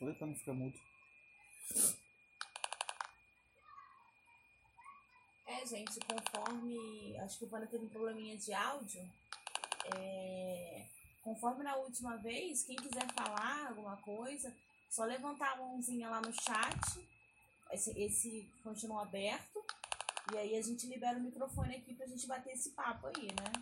Falei pra não ficar mudo. Gente, conforme... Acho que o Pana teve um probleminha de áudio. Conforme na última vez, quem quiser falar alguma coisa, só levantar a mãozinha lá no chat. Esse continua aberto. E aí a gente libera o microfone aqui pra gente bater esse papo aí, né?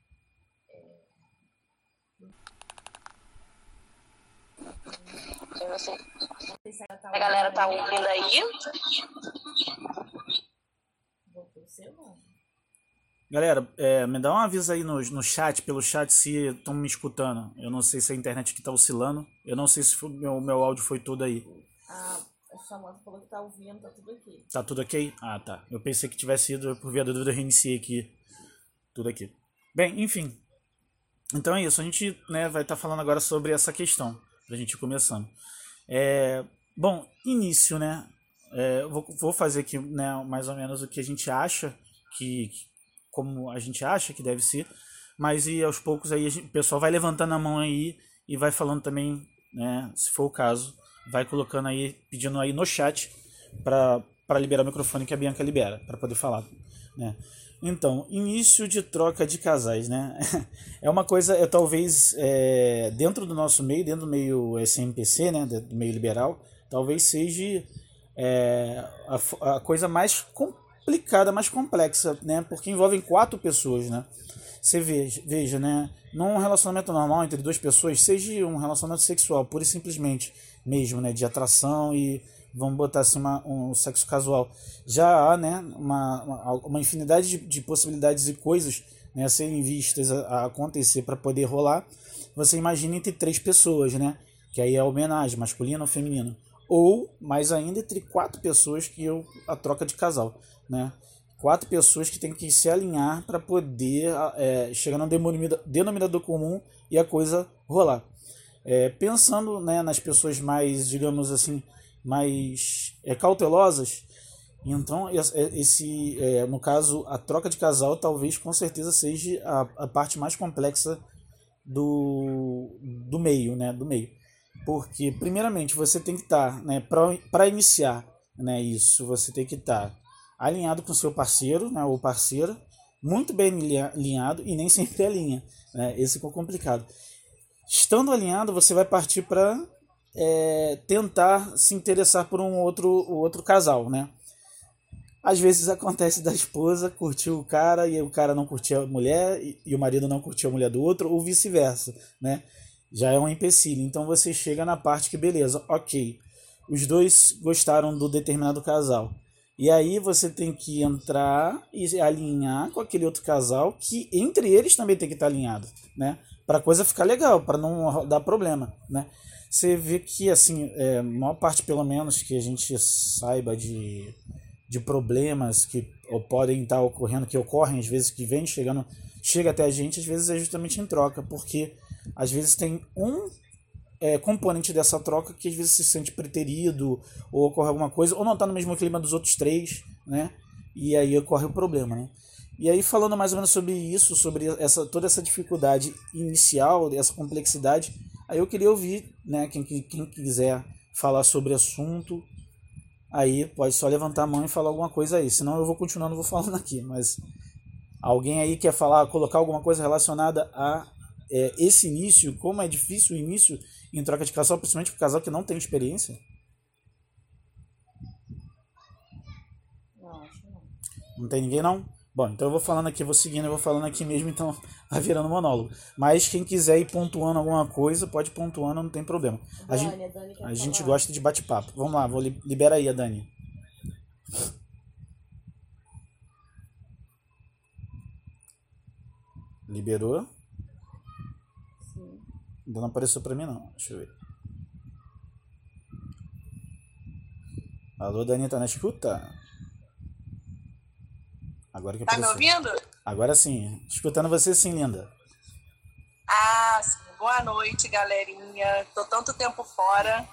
Eu não sei. A galera tá ouvindo aí? Voltou o seu nome. Galera, me dá um aviso aí no chat, pelo chat, se estão me escutando. Eu não sei se a internet aqui tá oscilando. Eu não sei se o meu áudio foi todo aí. A Samanta falou que tá ouvindo, tá tudo aqui. Tá tudo ok? Ah, tá. Eu pensei que tivesse ido, por via da dúvida, eu reiniciei aqui. Tudo aqui. Bem, enfim. Então é isso. A gente, né, vai estar falando agora sobre essa questão. Pra gente ir começando. Bom, início, né? Vou fazer aqui, né, mais ou menos o que a gente acha como a gente acha que deve ser, mas e aos poucos aí o pessoal vai levantando a mão aí e vai falando também, né, se for o caso, vai colocando aí, pedindo aí no chat para liberar o microfone que a Bianca libera, para poder falar, né? Então, início de troca de casais, né? É uma coisa, talvez, dentro do nosso meio, dentro do meio SMPC, né, do meio liberal, talvez seja a coisa mais complicada, mais complexa, né? Porque envolvem 4 pessoas, né? Você veja, né? Num relacionamento normal entre 2 pessoas, seja um relacionamento sexual, pura e simplesmente mesmo, né? De atração e, vamos botar assim, um sexo casual. Já há, né, uma infinidade de possibilidades e coisas, né, a serem vistas, a acontecer para poder rolar. Você imagina entre 3 pessoas, né? Que aí é a homenagem, masculino ou feminino. Ou, mais ainda, entre 4 pessoas, que é a troca de casal, né? 4 pessoas que têm que se alinhar para poder chegar no denominador comum e a coisa rolar. Pensando, né, nas pessoas mais, digamos assim, mais cautelosas, então no caso, a troca de casal talvez com certeza seja a parte mais complexa do meio, né, do meio. Porque, primeiramente, você tem que estar, né, para iniciar, né, isso, você tem que estar alinhado com o seu parceiro, né, ou parceira, muito bem alinhado, e nem sempre alinha, né, esse que é o complicado. Estando alinhado, você vai partir para tentar se interessar por um outro casal, né? Às vezes acontece da esposa curtir o cara e o cara não curtir a mulher e o marido não curtir a mulher do outro, ou vice-versa, né? Já é um empecilho. Então você chega na parte que, beleza, ok, os dois gostaram do determinado casal. E aí você tem que entrar e alinhar com aquele outro casal, que entre eles também tem que estar alinhado, né? Para a coisa ficar legal, para não dar problema, né? Você vê que, assim, a maior parte, pelo menos, que a gente saiba de problemas que podem estar ocorrendo, que ocorrem às vezes, que chega até a gente, às vezes é justamente em troca, porque às vezes tem um componente dessa troca que às vezes se sente preterido, ou ocorre alguma coisa, ou não está no mesmo clima dos outros 3, né? E aí ocorre o problema, né? E aí, falando mais ou menos sobre isso, sobre toda essa dificuldade inicial, essa complexidade, aí eu queria ouvir, né, quem quiser falar sobre o assunto, aí pode só levantar a mão e falar alguma coisa aí, senão eu vou continuando, vou falando aqui, mas alguém aí quer falar, colocar alguma coisa relacionada a esse início, como é difícil o início em troca de casal, principalmente para o casal que não tem experiência? Não, acho que não. Não tem ninguém, não? Bom, então eu vou falando aqui, vou seguindo, eu vou falando aqui mesmo, então vai virando monólogo. Mas quem quiser ir pontuando alguma coisa, pode ir pontuando, não tem problema. A gente gosta de bate-papo. Vamos lá, libera aí a Dani. Liberou? Sim. Ainda não apareceu pra mim, não. Deixa eu ver. Alô, Dani, tá na escuta? Agora que Tá me apareceu. ouvindo? Agora sim. Escutando você sim, linda. Ah, sim. Boa noite, galerinha. Tô tanto tempo fora.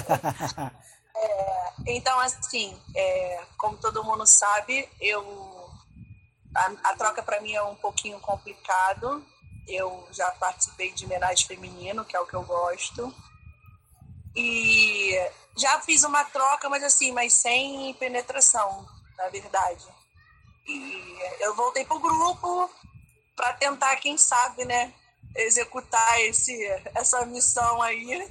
Então, assim, como todo mundo sabe, a troca para mim é um pouquinho complicado. Eu já participei de homenagem feminino, que é o que eu gosto. E já fiz uma troca, mas assim, mas sem penetração, na verdade. E eu voltei pro grupo para tentar, quem sabe, né, executar essa missão aí.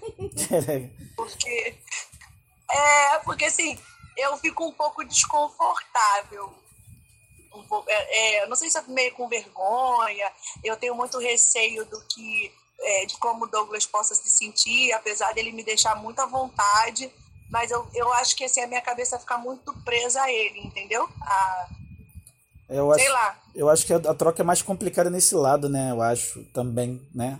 Porque assim, eu fico um pouco desconfortável. Não sei se é meio com vergonha, eu tenho muito receio de como o Douglas possa se sentir, apesar dele me deixar muito à vontade, mas eu acho que assim, a minha cabeça fica muito presa a ele, entendeu? Sei lá. Eu acho que a troca é mais complicada nesse lado, né? Eu acho também, né?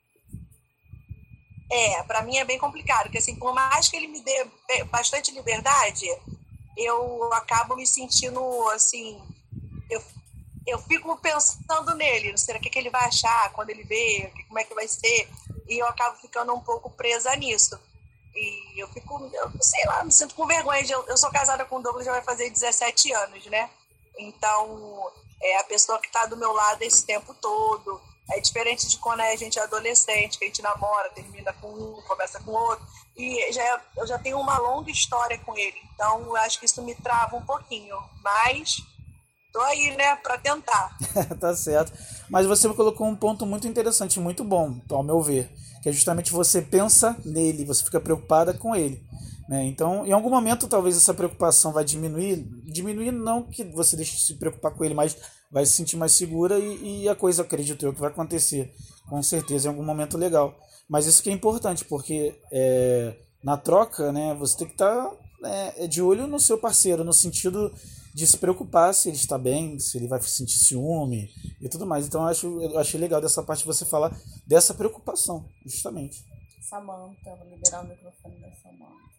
Pra mim é bem complicado, porque assim, por mais que ele me dê bastante liberdade, eu acabo me sentindo assim, eu fico pensando nele, será que ele vai achar quando ele vê, como é que vai ser, e eu acabo ficando um pouco presa nisso. E eu sei lá, me sinto com vergonha. Eu sou casada com o Douglas, já vai fazer 17 anos, né? Então, é a pessoa que está do meu lado esse tempo todo. É diferente de quando a gente é adolescente, que a gente namora, termina com um, começa com outro. E eu já tenho uma longa história com ele. Então, eu acho que isso me trava um pouquinho. Mas tô aí, né, para tentar. Tá certo. Mas você colocou um ponto muito interessante, muito bom, ao meu ver. Que é justamente você pensa nele, você fica preocupada com ele. Né? Então, em algum momento, talvez essa preocupação vai diminuir. Diminuir não que você deixe de se preocupar com ele, mas vai se sentir mais segura e a coisa, acredito eu, que vai acontecer. Com certeza, em algum momento legal. Mas isso que é importante, porque na troca, né, você tem que estar de olho no seu parceiro, no sentido de se preocupar se ele está bem, se ele vai sentir ciúme e tudo mais. Então eu achei legal dessa parte você falar dessa preocupação, justamente. Samantha, vou liberar o microfone da Samantha.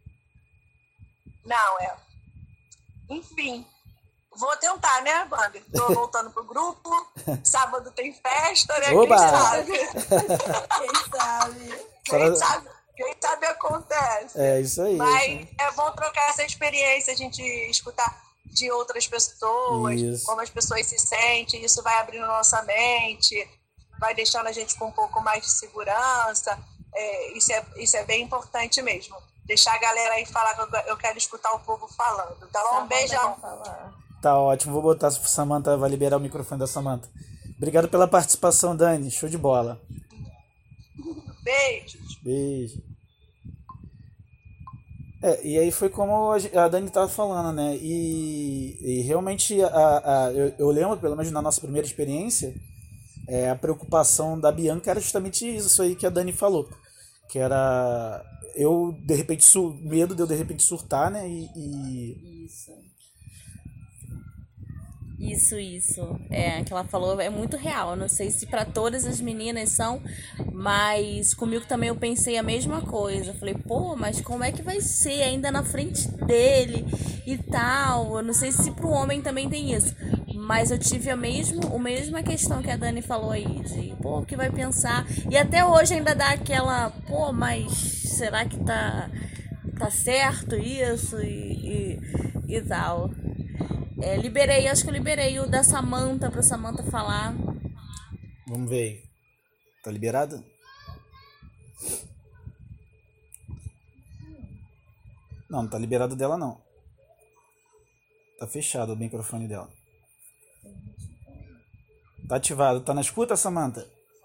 Não, enfim, vou tentar, né, Bambi? Tô voltando pro grupo, sábado tem festa, né? Oba! Quem sabe acontece. É isso aí. Mas é bom trocar essa experiência, a gente escutar de outras pessoas, isso. Como as pessoas se sentem, isso vai abrindo nossa mente, vai deixando a gente com um pouco mais de segurança. Isso é bem importante mesmo. Deixar a galera aí falar, que eu quero escutar o povo falando. Tá bom? Um beijão. Tá ótimo, vou botar a Samantha, vai liberar o microfone da Samantha. Obrigado pela participação, Dani, show de bola. Beijos. Beijo. E aí foi como a Dani estava falando, né? E realmente eu lembro, pelo menos na nossa primeira experiência, a preocupação da Bianca era justamente isso aí que a Dani falou. Que era eu, de repente, medo de eu de repente surtar, né? Isso. Que ela falou é muito real. Eu não sei se para todas as meninas são, mas comigo também eu pensei a mesma coisa. Eu falei, pô, mas como é que vai ser ainda na frente dele e tal? Eu não sei se pro homem também tem isso. Mas eu tive a mesma questão que a Dani falou aí, de, pô, o que vai pensar? E até hoje ainda dá aquela, pô, mas será que tá certo isso? E tal. Acho que eu liberei o da Samantha pra Samantha falar. Vamos ver aí. Tá liberado? Não tá liberado dela não. Tá fechado o microfone dela. Tá ativado. Tá na escuta, Samantha?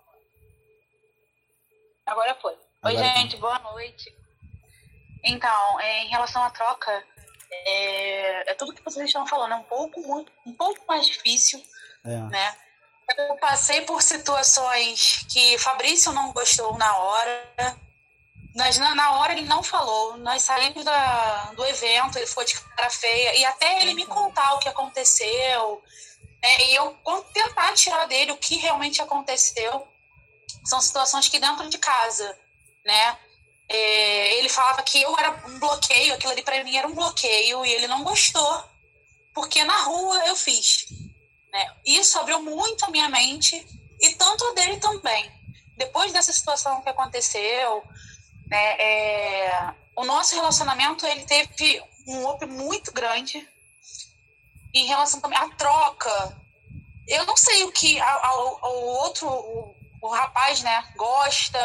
Agora foi. Oi, gente. Boa noite. Então, em relação à troca, é tudo que vocês estão falando. É um pouco mais difícil, né? Eu passei por situações que Fabrício não gostou na hora. Mas na hora ele não falou. Nós saímos do evento, ele foi de cara feia. E até ele me contar o que aconteceu... E eu tentar tirar dele o que realmente aconteceu. São situações que dentro de casa, né? Ele falava que eu era um bloqueio, aquilo ali pra mim era um bloqueio, e ele não gostou, porque na rua eu fiz, né? Isso abriu muito a minha mente, e tanto a dele também. Depois dessa situação que aconteceu, né, o nosso relacionamento ele teve um up muito grande. Em relação também à troca, eu não sei o que o outro, o rapaz, né, gosta,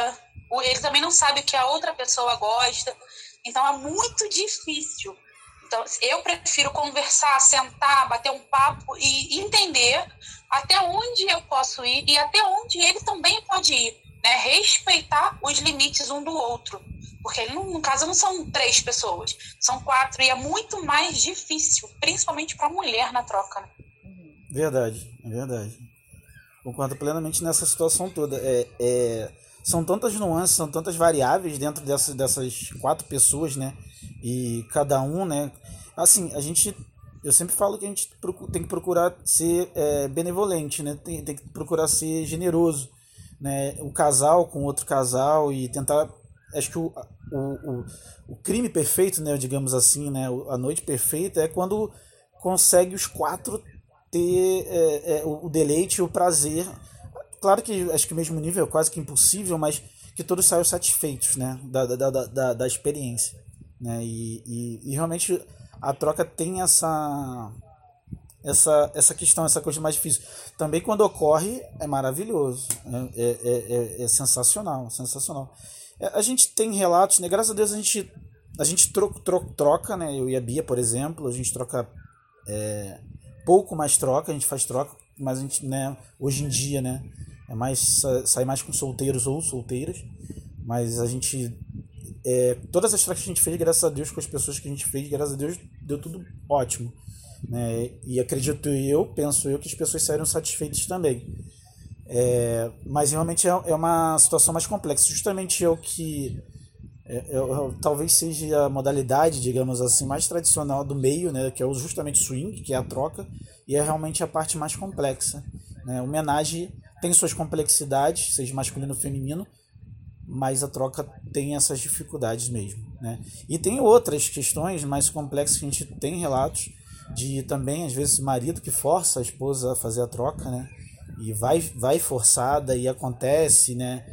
ele também não sabe o que a outra pessoa gosta. Então é muito difícil. Então eu prefiro conversar, sentar, bater um papo e entender até onde eu posso ir e até onde ele também pode ir, né? Respeitar os limites um do outro. Porque no caso não são 3 pessoas, são 4, e é muito mais difícil, principalmente para a mulher na troca, né? Verdade, é verdade. Concordo plenamente nessa situação toda. São tantas nuances, são tantas variáveis dentro dessas 4 pessoas, né? E cada um, né? Assim, eu sempre falo que a gente tem que procurar ser benevolente, né? Tem que procurar ser generoso, né? O casal com outro casal e tentar... Acho que o crime perfeito, né, digamos assim, né, a noite perfeita é quando consegue os 4 ter o deleite e o prazer. Claro que acho que o mesmo nível é quase que impossível, mas que todos saiam satisfeitos, né, da experiência, né, e realmente a troca tem essa questão, essa coisa mais difícil. Também quando ocorre é maravilhoso, é sensacional, sensacional. A gente tem relatos, né? Graças a Deus a gente troca, né? Eu e a Bia, por exemplo, a gente troca pouco mais troca, a gente faz troca, mas a gente, né, hoje em dia, né, é mais sai mais com solteiros ou solteiras, mas a gente todas as trocas que a gente fez, graças a Deus, com as pessoas que a gente fez, graças a Deus, deu tudo ótimo, né? E penso eu que as pessoas saíram satisfeitas também. Mas realmente é uma situação mais complexa. Justamente talvez seja a modalidade, digamos assim, mais tradicional do meio, né, que é justamente o swing, que é a troca, e é realmente a parte mais complexa, né? O homenagem tem suas complexidades, seja masculino ou feminino, mas a troca tem essas dificuldades mesmo, né? E tem outras questões mais complexas que a gente tem relatos de também, às vezes, marido que força a esposa a fazer a troca, né? E vai forçada e acontece, né,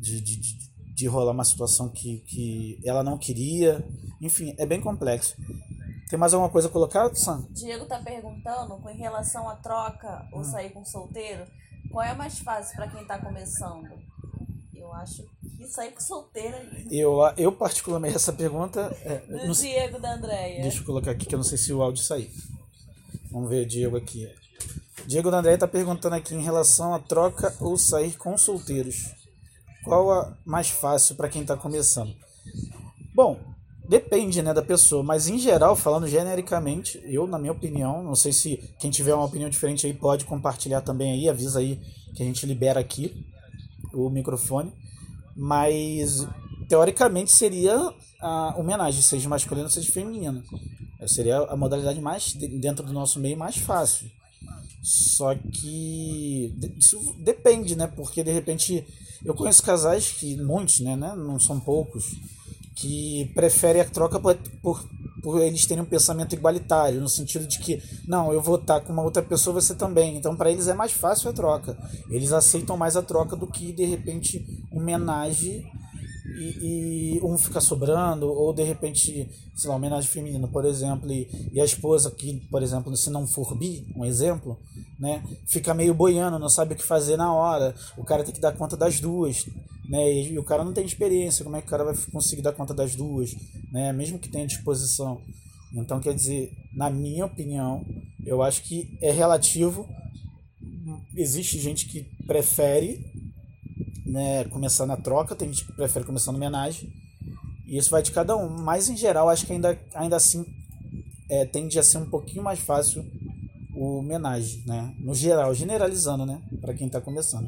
de rolar uma situação que ela não queria. Enfim, é bem complexo. Tem mais alguma coisa a colocar, Sam? Diego tá perguntando, com relação à troca ou sair com solteiro, qual é mais fácil para quem tá começando? Eu acho que sair com solteiro... Eu particularmente, essa pergunta... do Diego da Andréia. Deixa eu colocar aqui, que eu não sei se o áudio saiu. Vamos ver o Diego aqui. Diego da Andréia está perguntando aqui em relação a troca ou sair com solteiros. Qual a mais fácil para quem está começando? Bom, depende, né, da pessoa, mas em geral, falando genericamente, na minha opinião, não sei se quem tiver uma opinião diferente aí pode compartilhar também aí, avisa aí que a gente libera aqui o microfone, mas teoricamente seria a homenagem, seja masculino, seja feminino. Seria a modalidade mais, dentro do nosso meio, mais fácil. Só que isso depende, né? Porque de repente eu conheço casais que, muitos, né? Não são poucos, que preferem a troca por eles terem um pensamento igualitário, no sentido de que, não, eu vou estar com uma outra pessoa, você também. Então, para eles é mais fácil a troca. Eles aceitam mais a troca do que, de repente, homenagem e um fica sobrando, ou de repente, sei lá, homenagem feminina, por exemplo, e a esposa que, por exemplo, se não for bi, um exemplo, né, fica meio boiando, não sabe o que fazer na hora, o cara tem que dar conta das duas, né, e o cara não tem experiência, como é que o cara vai conseguir dar conta das duas, né, mesmo que tenha disposição. Então, quer dizer, na minha opinião, eu acho que é relativo. Existe gente que prefere, né, começar na troca, tem gente que prefere começar na homenagem, e isso vai de cada um, mas em geral acho que ainda assim tende a ser um pouquinho mais fácil o homenagem, né, no geral, generalizando, né, para quem está começando.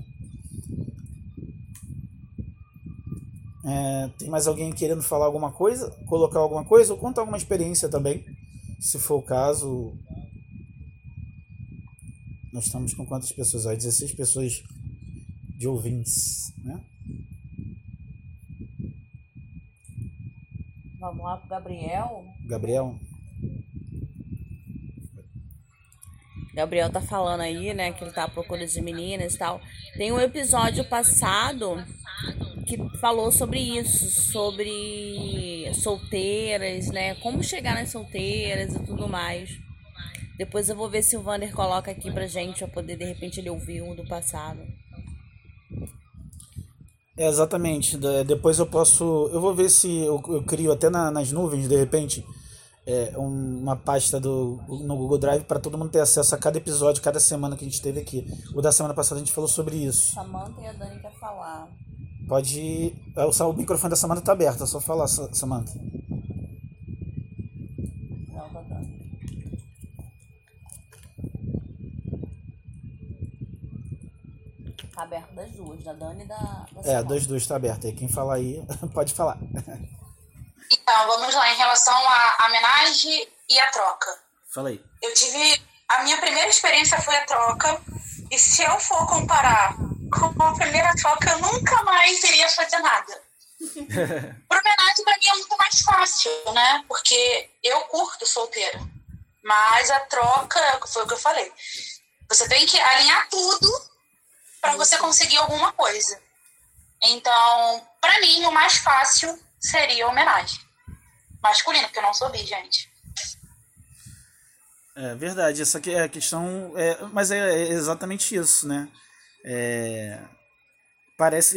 Tem mais alguém querendo falar alguma coisa, colocar alguma coisa, ou contar alguma experiência também, se for o caso? Nós estamos com quantas pessoas? 16 pessoas de ouvintes, né? Vamos lá pro Gabriel. Gabriel tá falando aí, né, que ele tá à procura de meninas e tal. Tem um episódio passado que falou sobre isso, sobre solteiras, né, como chegar nas solteiras e tudo mais. Depois eu vou ver se o Vander coloca aqui pra gente, pra poder, de repente, ele ouvir um do passado. Exatamente. Depois eu posso. Eu vou ver se eu crio até nas nuvens, de repente, uma pasta no Google Drive para todo mundo ter acesso a cada episódio, cada semana que a gente teve aqui. O da semana passada a gente falou sobre isso. Samantha e a Dani quer falar. Pode. O microfone da Samantha tá aberto, é só falar, Samantha. Não, tá dando. Tá aberto das duas, da Dani e da Samantha. Das duas tá aberto. Aí quem falar aí, pode falar. Então, vamos lá, em relação à homenagem e a troca. Fala aí. A minha primeira experiência foi a troca, e se eu for comparar com a primeira troca, eu nunca mais iria fazer nada. Por homenagem, pra mim, é muito mais fácil, né? Porque eu curto solteira. Mas a troca, foi o que eu falei. Você tem que alinhar tudo para você conseguir alguma coisa. Então, para mim, o mais fácil seria a homenagem. Masculino, porque eu não sou bi, gente. É verdade, essa aqui é a questão. Mas é exatamente isso, né? Parece.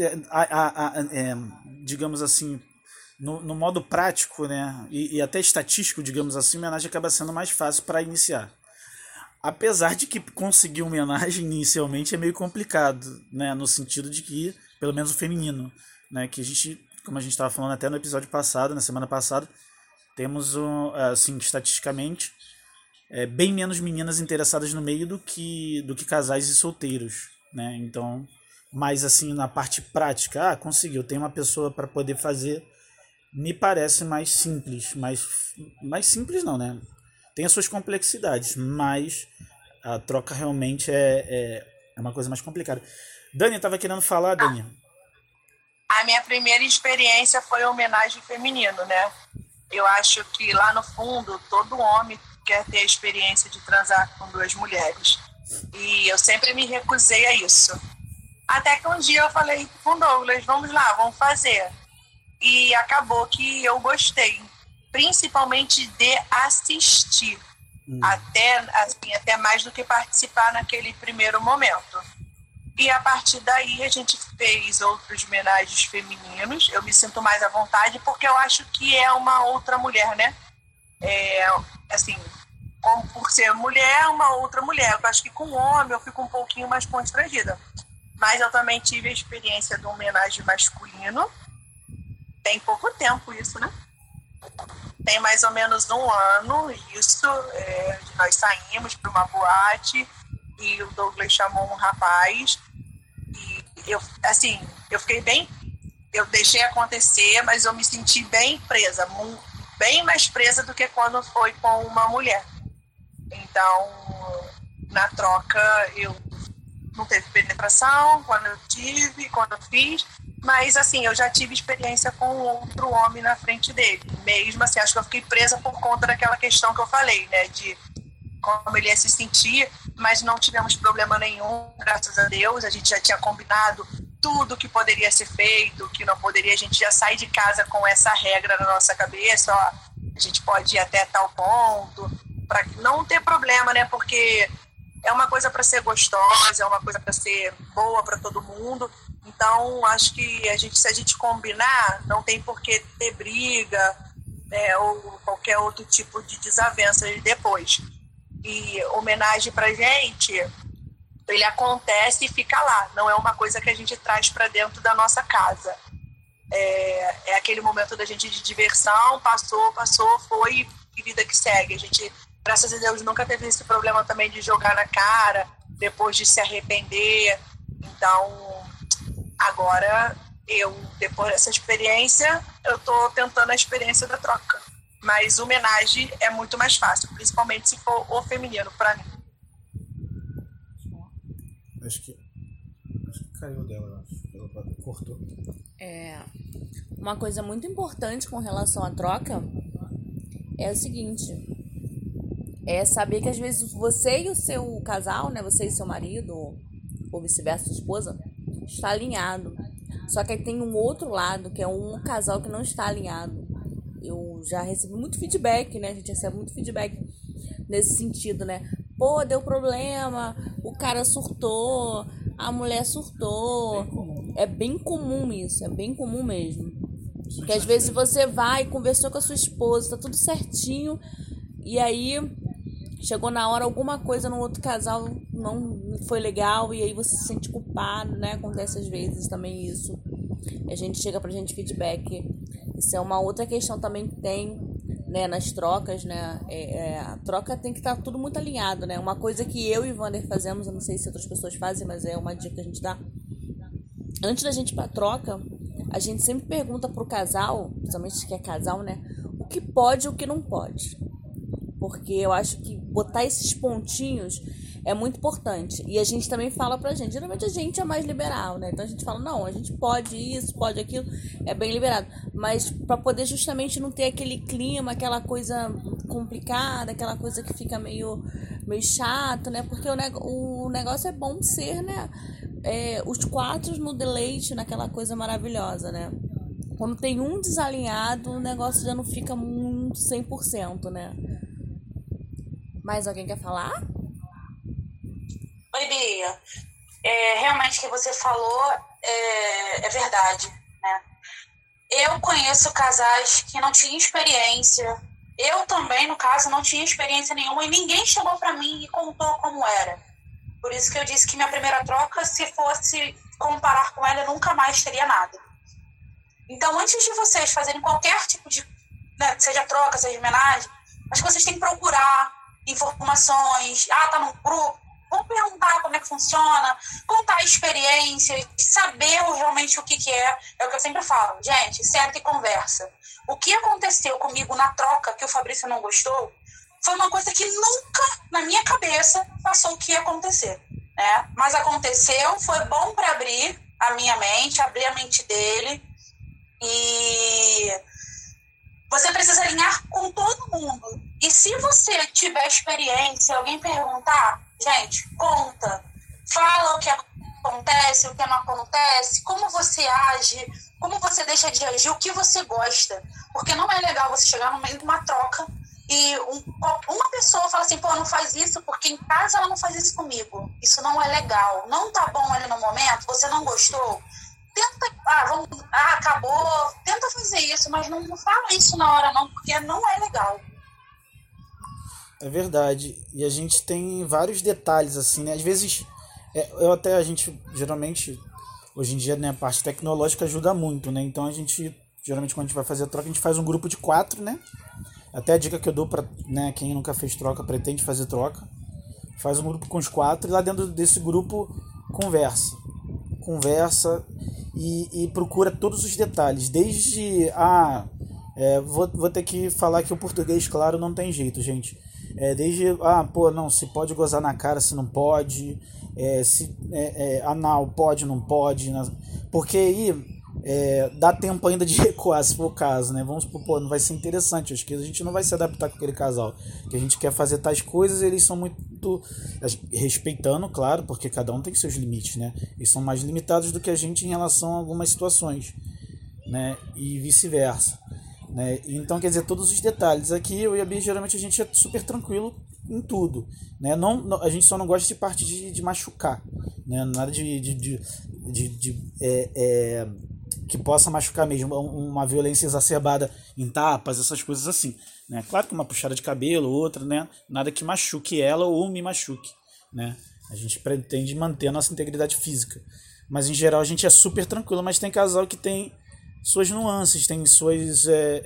Digamos assim, no modo prático, né? E até estatístico, digamos assim, a homenagem acaba sendo mais fácil para iniciar. Apesar de que conseguir uma homenagem inicialmente é meio complicado, né? No sentido de que, pelo menos o feminino, né? Que a gente, como a gente estava falando até no episódio passado, na semana passada, temos, assim, estatisticamente, bem menos meninas interessadas no meio do que casais e solteiros, né? Então, mas assim, na parte prática, conseguiu, tem uma pessoa para poder fazer, me parece mais simples, mais simples não, né? Tem as suas complexidades, mas a troca realmente é uma coisa mais complicada. Dani, estava querendo falar, Dani? A minha primeira experiência foi a homenagem feminino, né? Eu acho que lá no fundo, todo homem quer ter a experiência de transar com duas mulheres. E eu sempre me recusei a isso. Até que um dia eu falei com Douglas, vamos lá, vamos fazer. E acabou que eu gostei, principalmente de assistir. Até mais do que participar naquele primeiro momento. E a partir daí a gente fez outros homenagens femininos. Eu me sinto mais à vontade porque eu acho que é uma outra mulher, né? Assim, como por ser mulher, uma outra mulher. Eu acho que com homem eu fico um pouquinho mais constrangida. Mas eu também tive a experiência de um homenagem masculino. Tem pouco tempo isso, né? Tem mais ou menos um ano isso. Nós saímos para uma boate e o Douglas chamou um rapaz. E eu fiquei bem... Eu deixei acontecer, mas eu me senti bem presa. Bem mais presa do que quando foi com uma mulher. Então, na troca, eu não teve penetração quando eu fiz, mas assim, eu já tive experiência com outro homem na frente dele. Mesmo assim, acho que eu fiquei presa por conta daquela questão que eu falei, né, de como ele ia se sentir, mas não tivemos problema nenhum, graças a Deus. A gente já tinha combinado tudo que poderia ser feito, que não poderia. A gente já sai de casa com essa regra na nossa cabeça, ó, a gente pode ir até tal ponto, para não ter problema, né, porque é uma coisa para ser gostosa, é uma coisa para ser boa para todo mundo. Então, acho que se a gente combinar, não tem por que ter briga, né, ou qualquer outro tipo de desavença depois. E homenagem pra gente, ele acontece e fica lá. Não é uma coisa que a gente traz para dentro da nossa casa. É aquele momento da gente de diversão, passou, foi, e vida que segue. A gente, graças a Deus, nunca teve esse problema também de jogar na cara, depois de se arrepender. Então, agora, depois dessa experiência, eu tô tentando a experiência da troca. Mas homenagem é muito mais fácil, principalmente se for o feminino, pra mim. Acho que caiu dela, ela cortou. Uma coisa muito importante com relação à troca é o seguinte: é saber que às vezes você e o seu casal, né, você e seu marido, ou vice-versa, sua esposa, está alinhado. Só que aí tem um outro lado, que é um casal que não está alinhado. Eu já recebi muito feedback, né? A gente recebe muito feedback nesse sentido, né? Pô, deu problema, o cara surtou, a mulher surtou. é bem comum isso, é bem comum mesmo. Porque às vezes você vai, conversou com a sua esposa, tá tudo certinho, e aí chegou na hora alguma coisa no outro casal não foi legal, e aí você se sente culpado, né? Acontece às vezes também isso. A gente chega pra gente feedback. Isso é uma outra questão também que tem, né, nas trocas, né? A troca tem que estar tudo muito alinhado, né? Uma coisa que eu e o Wander fazemos, eu não sei se outras pessoas fazem, mas é uma dica que a gente dá. Antes da gente ir pra troca, a gente sempre pergunta pro casal, principalmente que é casal, né? O que pode e o que não pode. Porque eu acho que botar esses pontinhos é muito importante. E a gente também fala pra gente. Geralmente a gente é mais liberal, né? Então a gente fala, não, a gente pode isso, pode aquilo. É bem liberado. Mas pra poder justamente não ter aquele clima, aquela coisa complicada, aquela coisa que fica meio chato, né? Porque o negócio é bom ser, né? Os quatro no deleite, naquela coisa maravilhosa, né? Quando tem um desalinhado, o negócio já não fica muito 100%, né? Mais alguém quer falar? Oi, Bia. Realmente o que você falou é verdade, né? Eu conheço casais que não tinham experiência. Eu também, no caso, não tinha experiência nenhuma e ninguém chegou pra mim e contou como era. Por isso que eu disse que minha primeira troca, se fosse comparar com ela, eu nunca mais teria nada. Então, antes de vocês fazerem qualquer tipo de, né, seja troca, seja homenagem, acho que vocês têm que procurar informações. Tá num grupo, vamos perguntar como é que funciona, contar a experiência, saber realmente o que é. É o que eu sempre falo, gente, senta e conversa. O que aconteceu comigo na troca que o Fabrício não gostou foi uma coisa que nunca na minha cabeça passou o que ia acontecer, né? Mas aconteceu, foi bom para abrir a minha mente, abrir a mente dele. E você precisa alinhar com todo mundo. E se você tiver experiência, alguém perguntar, gente, conta, fala o que acontece, o que não acontece, como você age, como você deixa de agir, o que você gosta. Porque não é legal você chegar no meio de uma troca e uma pessoa fala assim, pô, não faz isso porque em casa ela não faz isso comigo. Isso não é legal. Não tá bom ali no momento, você não gostou. Tenta, acabou, tenta fazer isso, mas não fala isso na hora não, porque não é legal. É verdade. E a gente tem vários detalhes, assim, né? Às vezes, a gente, geralmente, hoje em dia, né, a parte tecnológica ajuda muito, né? Então a gente, geralmente, quando a gente vai fazer a troca, a gente faz um grupo de 4, né? Até a dica que eu dou pra, né, quem nunca fez troca, pretende fazer troca, faz um grupo com os 4 e lá dentro desse grupo conversa e procura todos os detalhes, desde vou ter que falar que o português, claro, não tem jeito, gente. Desde não, se pode gozar na cara, se não pode, se anal pode, não pode, porque aí dá tempo ainda de recuar, se for o caso, né? Vamos supor, não vai ser interessante, acho que a gente não vai se adaptar com aquele casal, que a gente quer fazer tais coisas, eles são muito, respeitando, claro, porque cada um tem seus limites, né? Eles são mais limitados do que a gente em relação a algumas situações, né? E vice-versa, né? Então, quer dizer, todos os detalhes aqui, eu e a Bia, geralmente a gente é super tranquilo em tudo, né? Não, a gente só não gosta de parte de machucar, né? Nada que possa machucar mesmo, uma violência exacerbada em tapas, essas coisas assim, né? Claro que uma puxada de cabelo, outra, né? Nada que machuque ela ou me machuque, né? A gente pretende manter a nossa integridade física, mas em geral a gente é super tranquilo, mas tem casal que tem suas nuances, tem suas...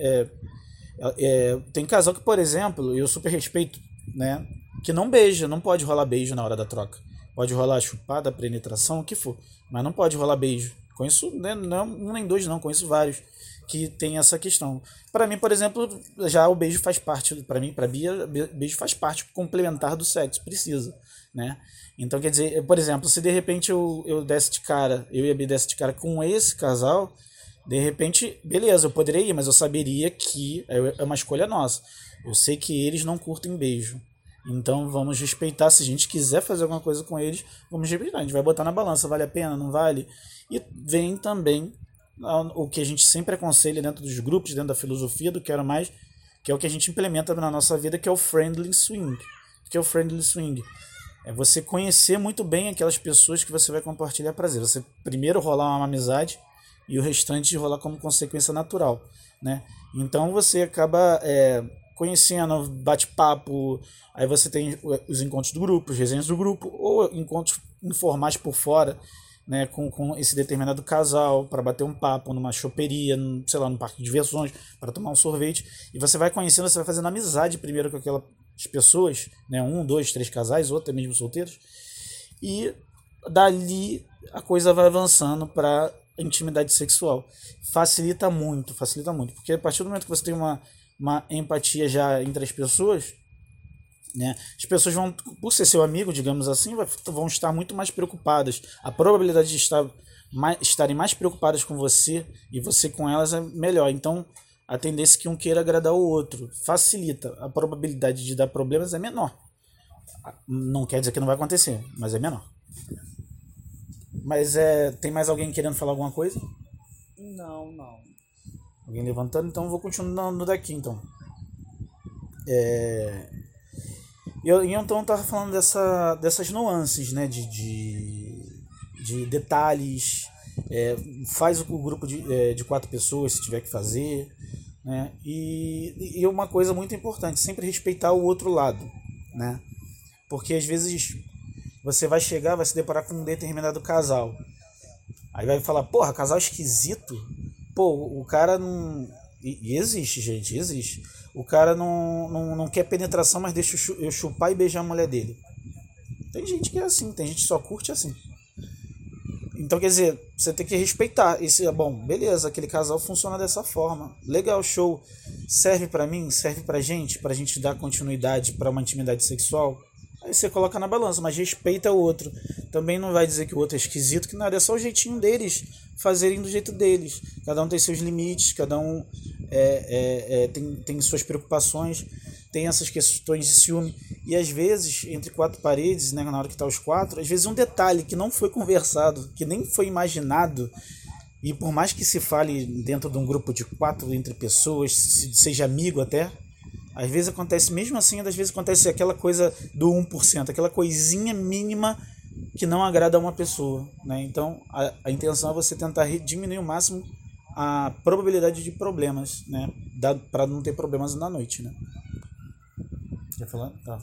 tem casal que, por exemplo, eu super respeito, né? Que não beija, não pode rolar beijo na hora da troca. Pode rolar chupada, penetração, o que for, mas não pode rolar beijo. Conheço, né, não um nem dois não, conheço vários que tem essa questão. Para mim, por exemplo, já o beijo faz parte, para mim, para Bia, beijo faz parte complementar do sexo, precisa, né? Então, quer dizer, por exemplo, se de repente eu desse de cara, eu e a Bia desse de cara com esse casal, de repente, beleza, eu poderia ir, mas eu saberia que é uma escolha nossa. Eu sei que eles não curtem beijo. Então vamos respeitar, se a gente quiser fazer alguma coisa com eles, vamos respeitar, a gente vai botar na balança, vale a pena, não vale? E vem também o que a gente sempre aconselha dentro dos grupos, dentro da filosofia do Quero Mais, que é o que a gente implementa na nossa vida, que é o friendly swing. Que é o friendly swing? é você conhecer muito bem aquelas pessoas que você vai compartilhar prazer. Você primeiro rolar uma amizade e o restante rolar como consequência natural, né? Então você acaba conhecendo, bate-papo, aí você tem os encontros do grupo, os resenhas do grupo, ou encontros informais por fora, né, com esse determinado casal, para bater um papo numa choperia, sei lá, num parque de diversões, para tomar um sorvete, e você vai conhecendo, você vai fazendo amizade primeiro com aquelas pessoas, né, 1, 2, 3 casais, ou até mesmo solteiros, e dali a coisa vai avançando para intimidade sexual. Facilita muito, porque a partir do momento que você tem uma empatia já entre as pessoas, né, as pessoas vão, por ser seu amigo, digamos assim, vão estar muito mais preocupadas. A probabilidade de estarem mais preocupadas com você e você com elas é melhor. Então, a tendência que um queira agradar o outro facilita. A probabilidade de dar problemas é menor. Não quer dizer que não vai acontecer, mas é menor. Mas tem mais alguém querendo falar alguma coisa? Não. Alguém levantando? Então eu vou continuar no daqui, então. Eu então estava falando dessas nuances, né, de detalhes. Faz o grupo de 4 pessoas, se tiver que fazer, né? E uma coisa muito importante, sempre respeitar o outro lado, né? Porque às vezes você vai se deparar com um determinado casal, aí vai falar, porra, casal esquisito, pô, o cara não... E existe, gente, existe. O cara não quer penetração, mas deixa eu chupar e beijar a mulher dele. Tem gente que é assim, tem gente que só curte assim. Então, quer dizer, você tem que respeitar. Bom, beleza, aquele casal funciona dessa forma. Legal, show. Serve pra mim, serve pra gente dar continuidade pra uma intimidade sexual. Aí você coloca na balança, mas respeita o outro. Também não vai dizer que o outro é esquisito, que nada, é só o jeitinho deles fazerem do jeito deles. Cada um tem seus limites, cada um tem suas preocupações, tem essas questões de ciúme. E às vezes, entre 4 paredes, né, na hora que tá os 4, às vezes um detalhe que não foi conversado, que nem foi imaginado, e por mais que se fale dentro de um grupo de 4 entre pessoas, seja amigo até, às vezes acontece, mesmo assim, às vezes acontece aquela coisa do 1%, aquela coisinha mínima que não agrada a uma pessoa, né? Então a intenção é você tentar diminuir ao máximo a probabilidade de problemas, né? Para não ter problemas na noite, né? Quer falar? Tá.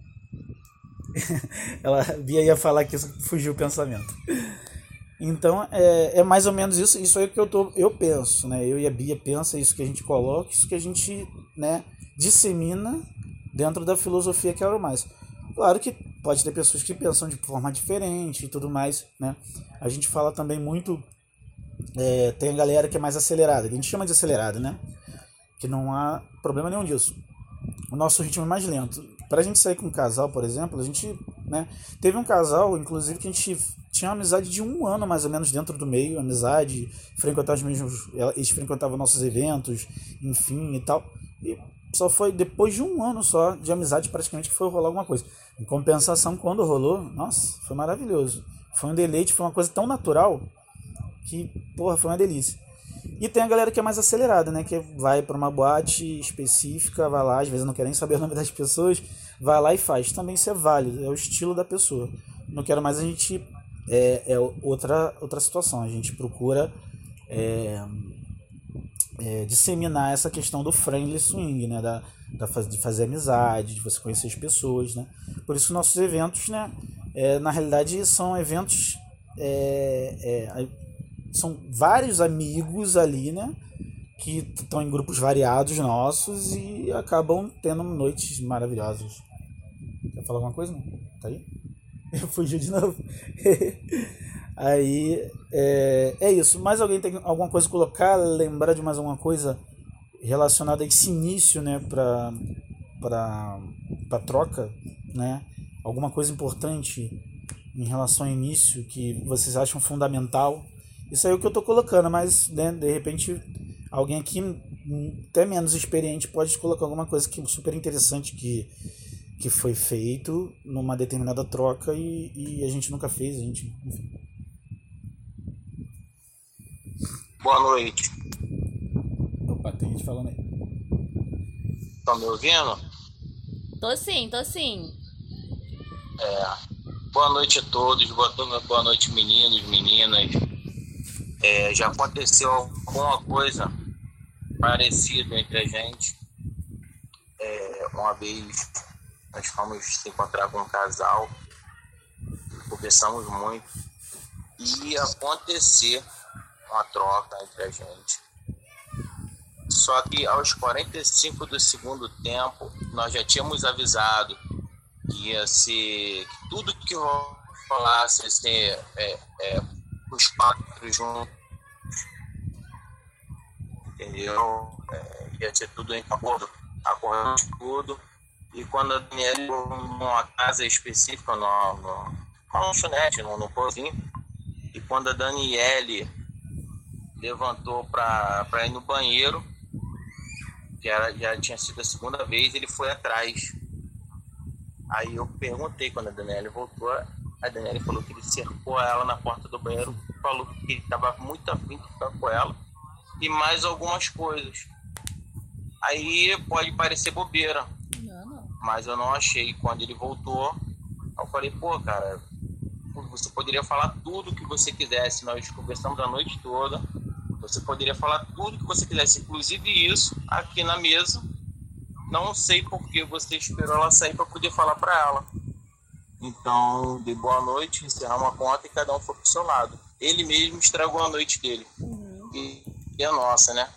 Bia ia falar que isso fugiu o pensamento. Então é mais ou menos isso aí que eu penso, né? Eu e a Bia pensa, isso que a gente coloca, isso que a gente, né, dissemina dentro da filosofia que é o mais. Claro que pode ter pessoas que pensam de forma diferente e tudo mais, né? A gente fala também muito, tem a galera que é mais acelerada, que a gente chama de acelerada, né? Que não há problema nenhum disso. O nosso ritmo é mais lento. Pra gente sair com um casal, por exemplo, a gente, né, teve um casal, inclusive, que a gente tinha uma amizade de 1 ano, mais ou menos, dentro do meio, amizade, frequentar eles frequentavam nossos eventos, enfim, e tal. E só foi depois de 1 ano só de amizade, praticamente, que foi rolar alguma coisa. Em compensação, quando rolou, nossa, foi maravilhoso. Foi um deleite, foi uma coisa tão natural que, porra, foi uma delícia. E tem a galera que é mais acelerada, né? Que vai para uma boate específica, vai lá, às vezes não quer nem saber o nome das pessoas, vai lá e faz. Também isso é válido, é o estilo da pessoa. Não quero mais, a gente... outra situação. A gente procura disseminar essa questão do friendly swing, né? De fazer amizade, de você conhecer as pessoas, né? Por isso nossos eventos, né? Na realidade são eventos... são vários amigos ali, né, que estão em grupos variados nossos e acabam tendo noites maravilhosas. Quer falar alguma coisa? Não? Tá aí? Fugiu de novo. Aí, é isso. Mais alguém tem alguma coisa a colocar? Lembrar de mais alguma coisa relacionada a esse início, né, para troca, né? Alguma coisa importante em relação ao início que vocês acham fundamental? Isso aí é o que eu estou colocando, mas, né, de repente alguém aqui até menos experiente pode colocar alguma coisa que super interessante que foi feito numa determinada troca e a gente nunca fez, enfim. Boa noite. Opa, tem gente falando aí. Tá me ouvindo? Tô sim. Boa noite a todos, boa noite meninos, meninas. Já aconteceu alguma coisa parecida entre a gente. Uma vez nós fomos se encontrar com um casal, conversamos muito, e ia acontecer uma troca entre a gente. Só que aos 45 do segundo tempo, nós já tínhamos avisado que ia ser que tudo que rolasse ia ser os quatro juntos, entendeu? Ia ser tudo em acordo de tudo. E quando a Daniela numa casa específica, numa lanchonete, no pãozinho, e quando a Daniele levantou para ir no banheiro, que já tinha sido a segunda vez, ele foi atrás. Aí eu perguntei, quando a Daniele voltou, a Daniele falou que ele cercou ela na porta do banheiro, falou que ele estava muito afim de ficar com ela, e mais algumas coisas. Aí pode parecer bobeira, mas eu não achei. Quando ele voltou, eu falei, pô, cara, você poderia falar tudo que você quisesse, nós conversamos a noite toda, você poderia falar tudo que você quisesse, inclusive isso, aqui na mesa. Não sei por que você esperou ela sair para poder falar para ela. Então, dei boa noite, encerramos a conta e cada um foi pro seu lado. Ele mesmo estragou a noite dele. E a nossa, né?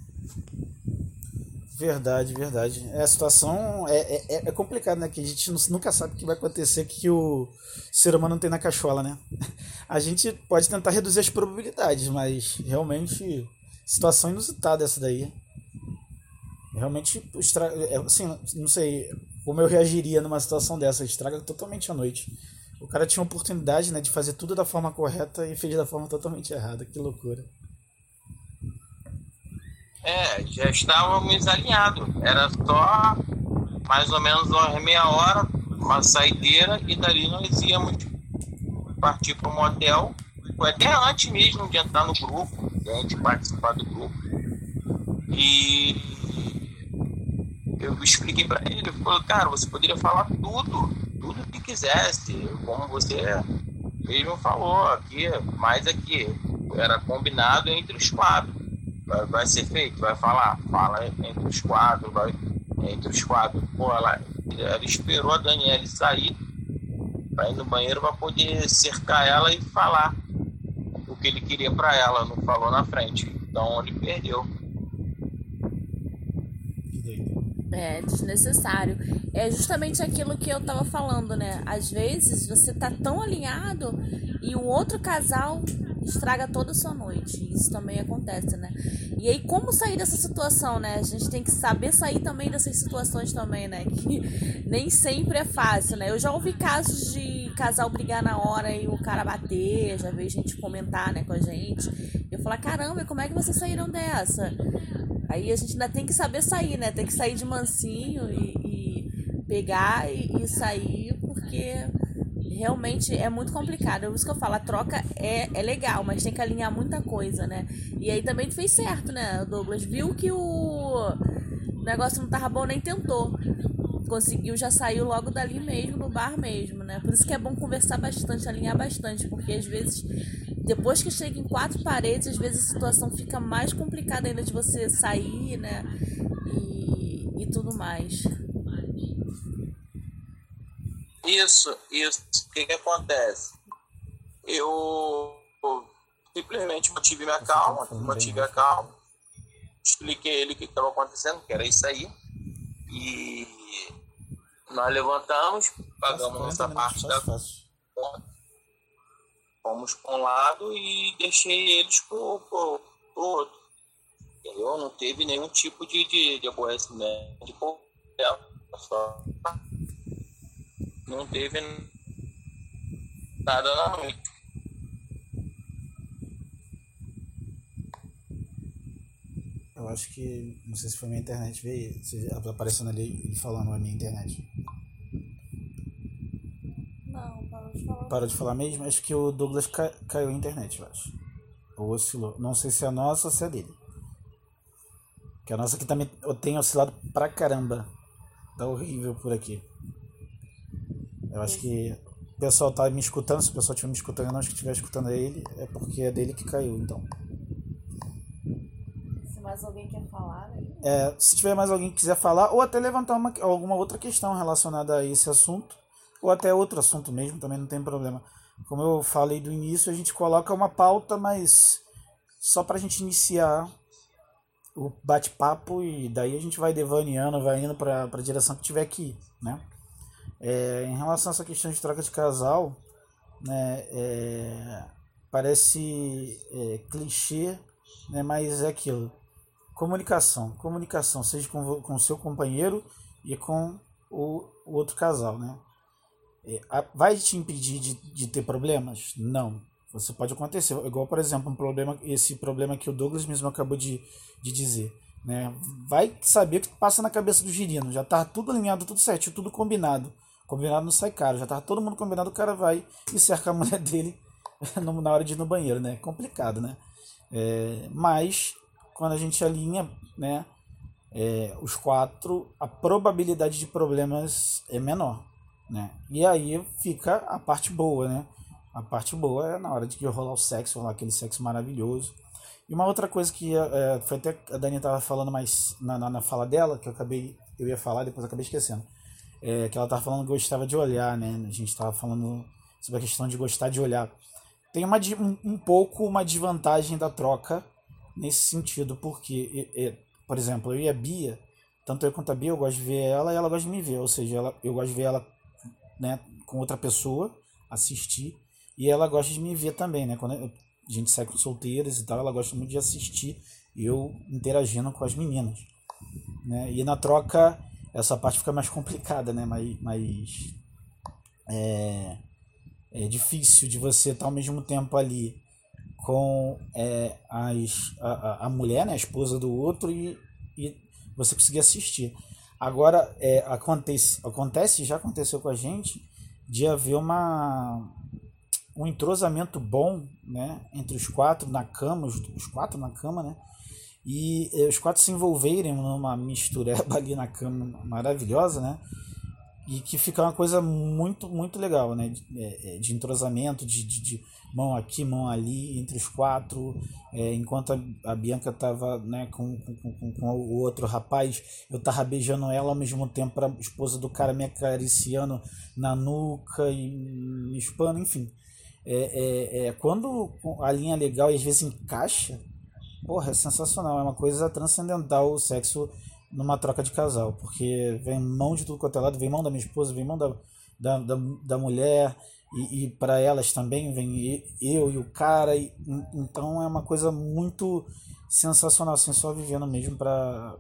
Verdade. A situação é complicada, né? Que a gente nunca sabe o que vai acontecer, que o ser humano não tem na cachola, né? A gente pode tentar reduzir as probabilidades, mas realmente, situação inusitada essa daí. Realmente, assim, não sei como eu reagiria numa situação dessa. Estraga totalmente a noite. O cara tinha a oportunidade, né, de fazer tudo da forma correta e fez da forma totalmente errada. Que loucura. Já estávamos alinhados. Era só mais ou menos uma meia hora, uma saideira, e dali nós íamos partir para um motel. Foi até antes mesmo de entrar no grupo, de a gente participar do grupo. E eu expliquei para ele, eu falei, cara, você poderia falar tudo que quisesse, como você mesmo falou aqui, mas aqui era combinado entre os quatro. Vai ser feito, vai fala entre os quatro, entre os quatro. Pô, ela esperou a Daniele sair para ir no banheiro para poder cercar ela e falar o que ele queria para ela, não falou na frente. Então ele perdeu. É desnecessário. É justamente aquilo que eu tava falando, né? Às vezes você tá tão alinhado e um outro casal estraga toda a sua noite. Isso também acontece, né? E aí, como sair dessa situação, né? A gente tem que saber sair também dessas situações também, né? Que nem sempre é fácil, né? Eu já ouvi casos de casal brigar na hora e o cara bater, já vi gente comentar, né, com a gente. Eu falar, caramba, como é que vocês saíram dessa? Aí a gente ainda tem que saber sair, né? Tem que sair de mansinho e pegar e sair, porque realmente é muito complicado. É isso que eu falo, a troca é legal, mas tem que alinhar muita coisa, né? E aí também fez certo, né? O Douglas viu que o negócio não tava bom, nem tentou. Conseguiu, já saiu logo dali mesmo, no bar mesmo, né? Por isso que é bom conversar bastante, alinhar bastante, porque às vezes, depois que chega em quatro paredes, às vezes a situação fica mais complicada ainda de você sair, né? E tudo mais. Isso. O que acontece? Eu simplesmente mantive a calma, expliquei a ele o que estava acontecendo, que era isso aí, e nós levantamos, pagamos essa parte da conta, fomos para um lado e deixei eles pro outro, entendeu? Não teve nenhum tipo de aborrecimento, de problema, só não teve nada na noite. Eu acho que, não sei se foi minha internet, veio aparecendo ali e falando a minha internet. Não, parou de falar. Parou de falar mesmo? Acho que o Douglas caiu a internet, eu acho. Ou oscilou. Não sei se é a nossa ou se é a dele. Que a nossa aqui também tem oscilado pra caramba. Tá horrível por aqui. Eu acho que o pessoal tá me escutando, se o pessoal estiver me escutando e não estiver escutando ele, é porque é dele que caiu, então. Se mais alguém quer falar, né? Se tiver mais alguém que quiser falar, ou até levantar alguma outra questão relacionada a esse assunto, ou até outro assunto mesmo, também não tem problema. Como eu falei do início, a gente coloca uma pauta, mas só pra gente iniciar o bate-papo, e daí a gente vai devaneando, vai indo pra direção que tiver que ir, né? Em relação a essa questão de troca de casal, né, parece clichê, né, mas é aquilo. Comunicação, seja com o seu companheiro e com o outro casal, né? Vai te impedir de ter problemas? Não. Você pode acontecer. Igual, por exemplo, esse problema que o Douglas mesmo acabou de dizer, né? Vai saber o que passa na cabeça do girino. Já tá tudo alinhado, tudo certinho, tudo combinado. Combinado não sai caro. Já tá todo mundo combinado, o cara vai e cerca a mulher dele na hora de ir no banheiro, né? Complicado, né? Mas quando a gente alinha, né, os quatro, a probabilidade de problemas é menor, né? E aí fica a parte boa, né? A parte boa é na hora de rolar o sexo, rolar aquele sexo maravilhoso. E uma outra coisa que foi até a Dani estava falando mais na fala dela, que eu ia falar, depois acabei esquecendo. Que ela estava falando que gostava de olhar, né? A gente estava falando sobre a questão de gostar de olhar. Tem um pouco uma desvantagem da troca nesse sentido, porque, por exemplo, eu e a Bia, tanto eu quanto a Bia, eu gosto de ver ela e ela gosta de me ver, ou seja, eu gosto de ver ela, né, com outra pessoa, assistir, e ela gosta de me ver também, né? Quando a gente sai com solteiras e tal, ela gosta muito de assistir eu interagindo com as meninas, né? E na troca essa parte fica mais complicada, né? Mas é difícil de você estar ao mesmo tempo ali com a mulher, né, a esposa do outro, e você conseguir assistir. Agora, já aconteceu com a gente de haver um entrosamento bom, né, entre os quatro na cama, os quatro na cama, né, e os quatro se envolverem numa mistureba ali na cama maravilhosa, né, e que fica uma coisa muito, muito legal, né, de entrosamento, de mão aqui, mão ali, entre os quatro, enquanto a Bianca estava, né, com o outro rapaz, eu estava beijando ela ao mesmo tempo, a esposa do cara me acariciando na nuca e me espando, enfim. Quando a linha é legal e às vezes encaixa, porra, é sensacional, é uma coisa transcendental o sexo numa troca de casal, porque vem mão de tudo quanto é lado, vem mão da minha esposa, vem mão da mulher, e para elas também vem eu e o cara, então é uma coisa muito sensacional, assim, só vivendo mesmo para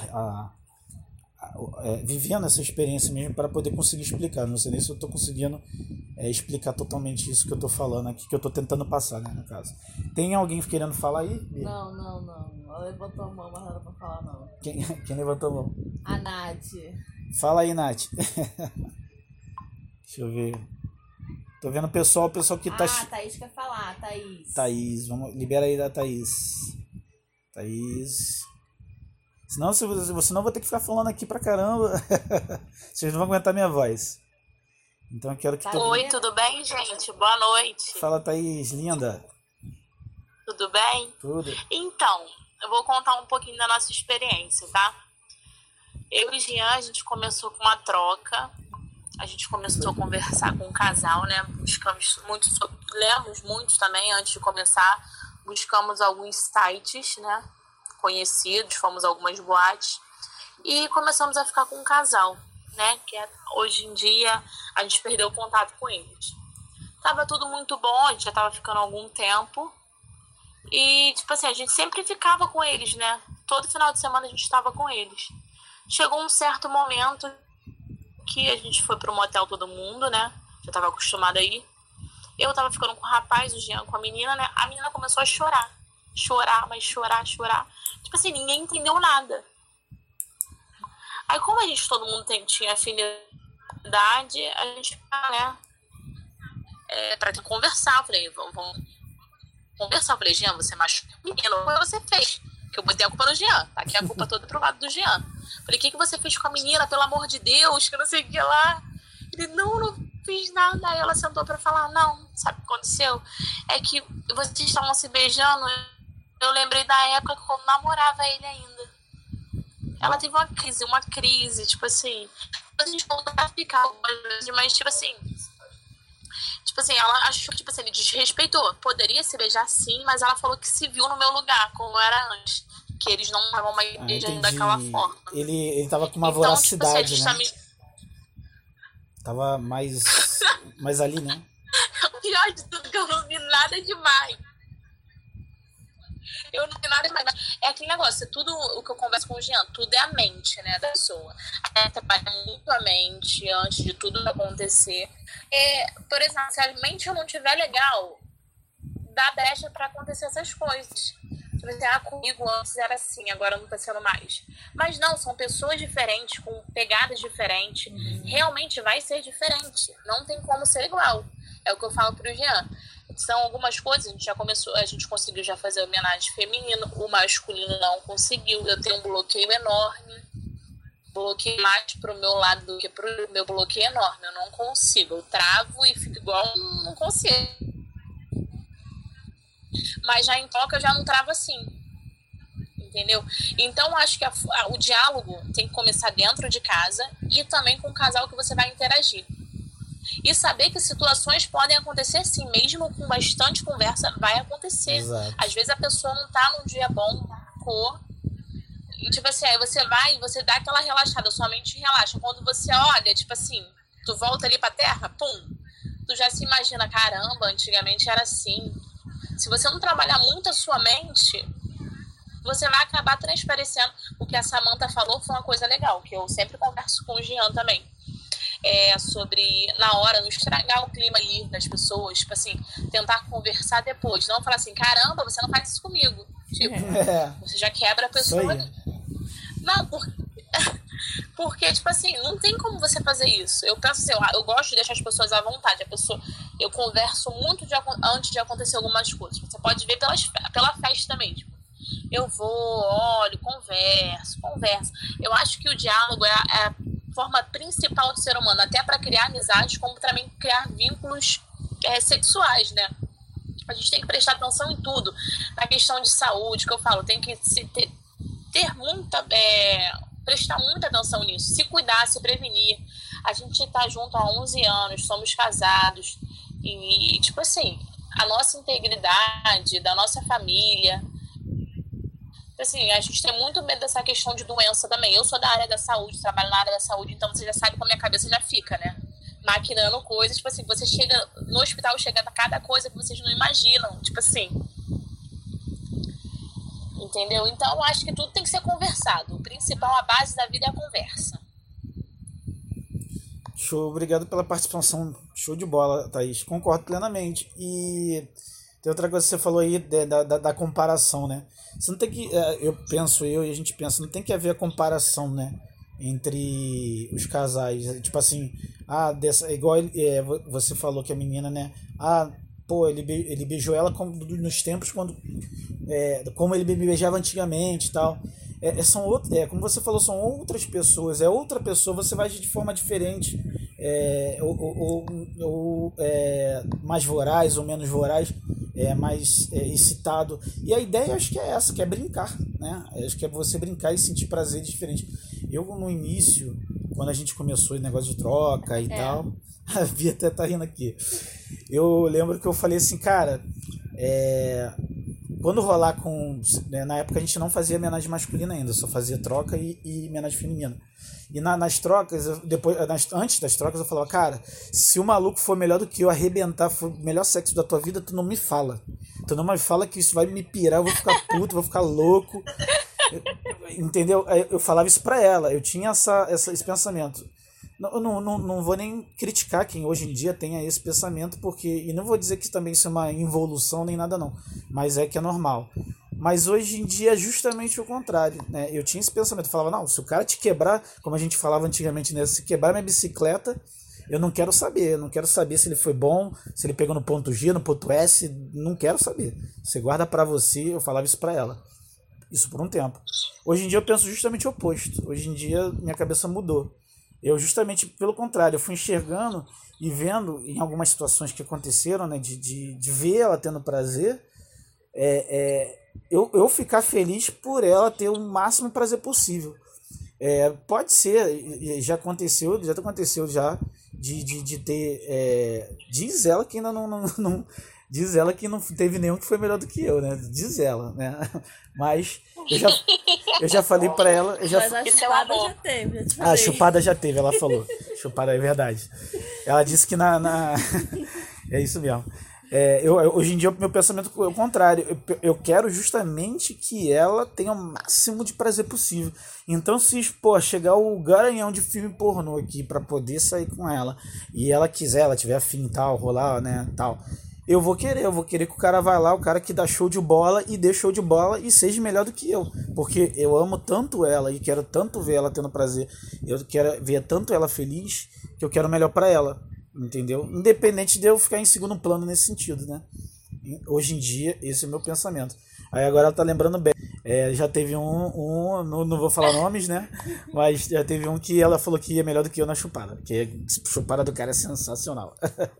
vivendo essa experiência mesmo para poder conseguir explicar. Não sei nem se eu estou conseguindo explicar totalmente isso que eu estou falando aqui, que eu estou tentando passar, né, no caso. Tem alguém querendo falar aí? Não. Ela levantou a mão, mas não era pra falar, não. Quem levantou a mão? A Nath. Fala aí, Nath. Deixa eu ver. Tô vendo o pessoal que tá... Ah, Thaís quer falar, Thaís. Thaís, libera aí da Thaís. Thaís... Senão eu vou ter que ficar falando aqui pra caramba. Vocês não vão aguentar minha voz. Então eu quero que... Oi, tudo bem, gente? Boa noite. Fala, Thaís, linda. Tudo bem? Tudo. Então, eu vou contar um pouquinho da nossa experiência, tá? Eu e Jean, a gente começou com uma troca. A gente começou a conversar com um casal, né? Lemos muitos também antes de começar. Buscamos alguns sites, né, conhecidos, fomos a algumas boates e começamos a ficar com um casal, né, que hoje em dia a gente perdeu o contato com eles. Tava tudo muito bom, a gente já tava ficando há algum tempo e, tipo assim, a gente sempre ficava com eles, né, todo final de semana a gente estava com eles. Chegou um certo momento que a gente foi pro motel todo mundo, né, já tava acostumada a ir. Eu tava ficando com o rapaz, o Jean com a menina, né, a menina começou a chorar, mas chorar. Tipo assim, ninguém entendeu nada. Aí, como todo mundo tinha afinidade, a gente, né, pra conversar. Eu falei, vamos conversar. Eu falei, Jean, você machucou o menino, o que você fez? Que eu botei a culpa no Jean, tá aqui a culpa toda pro lado do Jean. Falei, o que você fez com a menina, pelo amor de Deus, que não sei o que lá. Ele, não fiz nada. Aí ela sentou pra falar, não, sabe o que aconteceu? É que vocês estavam se beijando, eu lembrei da época que eu namorava ele ainda. Ela teve uma crise, tipo assim, a gente voltou a ficar algumas vezes, mas tipo assim, ela achou que, tipo assim, ele desrespeitou. Poderia se beijar sim, mas ela falou que se viu no meu lugar, como era antes. Que eles não estavam mais beijando daquela forma. Ele tava com uma Então, voracidade, tipo assim, né? Tava mais ali, né? O pior de tudo é que eu não vi nada demais. Eu não vi nada demais. É aquele negócio, tudo o que eu converso com o Jean, tudo é a mente, né, da pessoa. Ela trabalha muito a mente antes de tudo acontecer. Por exemplo, se a mente não estiver legal, dá brecha pra acontecer essas coisas. Comigo antes era assim, agora não tá sendo mais. Mas não, são pessoas diferentes, com pegadas diferentes. Realmente vai ser diferente. Não tem como ser igual. É o que eu falo pro Jean. São algumas coisas, a gente conseguiu já fazer homenagem feminino, o masculino não conseguiu. Eu tenho um bloqueio enorme. Bloqueio mais pro meu lado do que pro meu bloqueio enorme. Eu não consigo. Eu travo e fico igual, não consigo. Mas já em troca eu já não travo assim, entendeu? Então acho que o diálogo tem que começar dentro de casa e também com o casal que você vai interagir. E saber que situações podem acontecer sim, mesmo com bastante conversa, vai acontecer. Exato. Às vezes a pessoa não tá num dia bom, e tipo assim, aí você vai e você dá aquela relaxada, sua mente relaxa. Quando você olha, tipo assim, tu volta ali pra terra, pum, tu já se imagina, caramba, antigamente era assim. Se você não trabalhar muito a sua mente, você vai acabar transparecendo. O que a Samantha falou foi uma coisa legal, que eu sempre converso com o Jean também. Sobre, na hora, não estragar o clima ali das pessoas, tipo assim, tentar conversar depois. Não falar assim, caramba, você não faz isso comigo. Tipo, você já quebra a pessoa. Não, porque, tipo assim, não tem como você fazer isso. Eu penso assim, eu gosto de deixar as pessoas à vontade. Eu converso muito antes de acontecer algumas coisas. Você pode ver pela festa mesmo. Eu vou, olho, converso. Eu acho que o diálogo é a forma principal do ser humano, até para criar amizades, como também criar vínculos sexuais, né? A gente tem que prestar atenção em tudo. Na questão de saúde, que eu falo, tem que prestar muita atenção nisso, se cuidar, se prevenir. A gente tá junto há 11 anos, somos casados e, tipo assim, a nossa integridade, da nossa família, assim, a gente tem muito medo dessa questão de doença também. Eu sou da área da saúde, trabalho na área da saúde, então você já sabe como a minha cabeça já fica, né? Maquinando coisas, tipo assim, você chega no hospital, chega a cada coisa que vocês não imaginam, tipo assim. Entendeu? Então eu acho que tudo tem que ser conversado. O principal, a base da vida é a conversa. Show, obrigado pela participação. Show de bola, Thaís. Concordo plenamente. E tem outra coisa que você falou aí da comparação, né? Você não tem que. E a gente pensa, não tem que haver a comparação, né? Entre os casais. Tipo assim, igual você falou que a menina, né? Ele beijou ela nos tempos como ele me beijava antigamente e tal. Como você falou, são outras pessoas. É outra pessoa, você vai agir de forma diferente. Mais voraz ou menos voraz, mais excitado. E a ideia acho que é essa, que é brincar, né? Acho que é você brincar e sentir prazer diferente. Eu, no início, quando a gente começou o negócio de troca e tal, a Bia até tá rindo aqui. Eu lembro que eu falei assim, cara, quando rolar na época a gente não fazia homenagem masculina ainda, só fazia troca e homenagem feminina. E nas trocas, antes das trocas, eu falava, cara, se o maluco for melhor do que eu, arrebentar, for o melhor sexo da tua vida, tu não me fala. Tu não me fala que isso vai me pirar, eu vou ficar puto, vou ficar louco. Entendeu? Eu falava isso pra ela, eu tinha esse pensamento. Não vou nem criticar quem hoje em dia tenha esse pensamento, e não vou dizer que também isso é uma involução nem nada não, mas é que é normal. Mas hoje em dia é justamente o contrário, né? Eu tinha esse pensamento, eu falava, não, se o cara te quebrar, como a gente falava antigamente, né? Se quebrar minha bicicleta, eu não quero saber se ele foi bom, se ele pegou no ponto G, no ponto S, não quero saber. Você guarda pra você, eu falava isso pra ela. Isso por um tempo. Hoje em dia eu penso justamente o oposto. Hoje em dia minha cabeça mudou. Eu justamente pelo contrário, eu fui enxergando e vendo em algumas situações que aconteceram, né, de ver ela tendo prazer, eu ficar feliz por ela ter o máximo prazer possível. Pode ser, já aconteceu já de ter. Diz ela que ainda não. Diz ela que não teve nenhum que foi melhor do que eu, né? Diz ela, né? Mas eu já falei pra ela. Mas a chupada já teve, já te falei. A chupada já teve, ela falou. Chupada é verdade. Ela disse que é isso mesmo. Hoje em dia, o meu pensamento é o contrário. Eu quero justamente que ela tenha o máximo de prazer possível. Então, se chegar o garanhão de filme pornô aqui pra poder sair com ela, e ela quiser, ela tiver afim, tal, rolar, né, tal, eu vou querer que o cara vá lá, o cara que dá show de bola e dê show de bola e seja melhor do que eu. Porque eu amo tanto ela e quero tanto ver ela tendo prazer, eu quero ver tanto ela feliz, que eu quero o melhor pra ela. Entendeu? Independente de eu ficar em segundo plano nesse sentido, né? Hoje em dia, esse é o meu pensamento. Aí agora ela tá lembrando bem. Já teve não vou falar nomes, né? Mas já teve um que ela falou que ia melhor do que eu na chupada. Porque a chupada do cara é sensacional.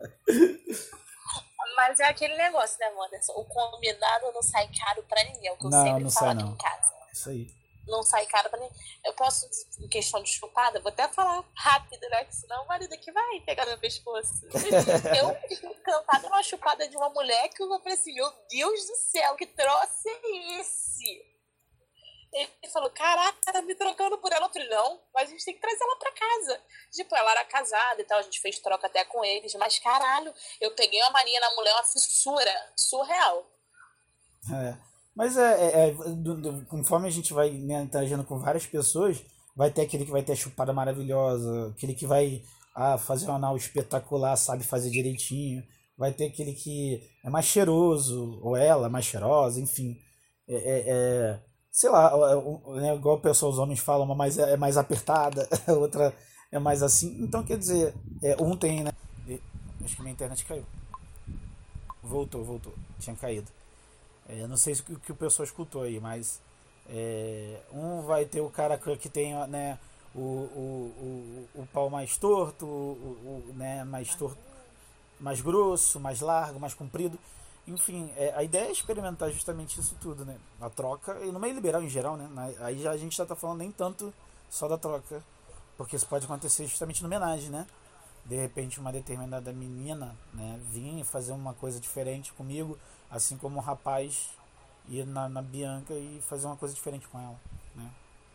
Mas é aquele negócio, né, Anderson? O combinado não sai caro pra ninguém. É o que eu sempre falo aqui em casa. Isso aí. Não sai caro pra ninguém. Eu posso, em questão de chupada, vou até falar rápido, né? Que senão o marido aqui vai pegar meu pescoço. Eu fico encantada numa chupada de uma mulher que eu falei assim, meu Deus do céu, que troço é esse? Ele falou, caraca, tá me trocando por ela. Eu falei, não, mas a gente tem que trazer ela pra casa. Tipo, ela era casada e tal, a gente fez troca até com eles. Mas caralho, eu peguei uma mania na mulher, uma fissura surreal. Mas conforme a gente vai, né, interagindo com várias pessoas, vai ter aquele que vai ter a chupada maravilhosa, aquele que vai fazer um anal espetacular, sabe fazer direitinho, vai ter aquele que é mais cheiroso, ou ela mais cheirosa, enfim. Sei lá, né, igual o pessoal, os homens falam, uma é mais apertada, a outra é mais assim. Então, quer dizer, um tem, né? Acho que minha internet caiu. Voltou, tinha caído. Não sei se o que o pessoal escutou aí, mas um vai ter o cara que tem, né, o pau mais torto, né, mais torto, mais grosso, mais largo, mais comprido. Enfim, a ideia é experimentar justamente isso tudo, né? A troca, e no meio liberal em geral, né? Aí já a gente já tá falando nem tanto só da troca, porque isso pode acontecer justamente no homenagem, né? De repente uma determinada menina, né, vir fazer uma coisa diferente comigo, assim como um rapaz ir na Bianca e fazer uma coisa diferente com ela, né?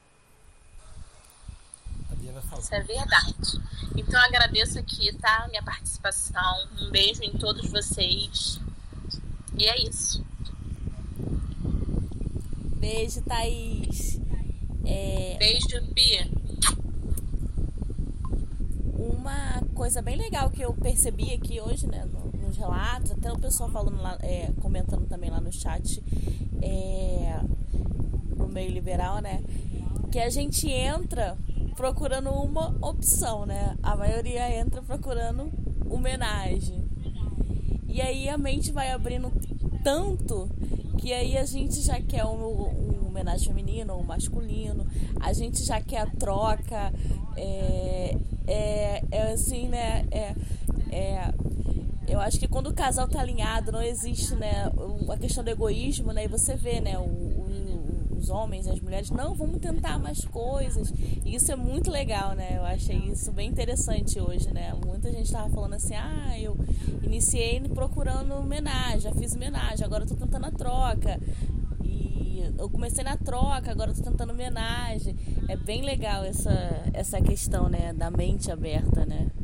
A Bia vai falar. Isso é verdade. Então eu agradeço aqui, tá? Minha participação. Um beijo em todos vocês. E é isso. Beijo, Thaís. Beijo, Bia. Uma coisa bem legal que eu percebi aqui hoje, né, nos relatos, até o pessoal falando lá, comentando também lá no chat, no meio liberal, né, que a gente entra procurando uma opção, né, a maioria entra procurando homenagem, e aí a mente vai abrindo tanto que aí a gente já quer um homenagem feminino ou masculino, a gente já quer a troca, assim, né, eu acho que quando o casal tá alinhado, não existe, né, a questão do egoísmo, né, e você vê, né, os homens, as mulheres, não, vamos tentar mais coisas, e isso é muito legal, né, eu achei isso bem interessante hoje, né, muita gente tava falando assim, eu iniciei procurando homenagem, já fiz homenagem, agora eu tô tentando a troca, e eu comecei na troca, agora eu tô tentando homenagem, é bem legal essa questão, né, da mente aberta, né.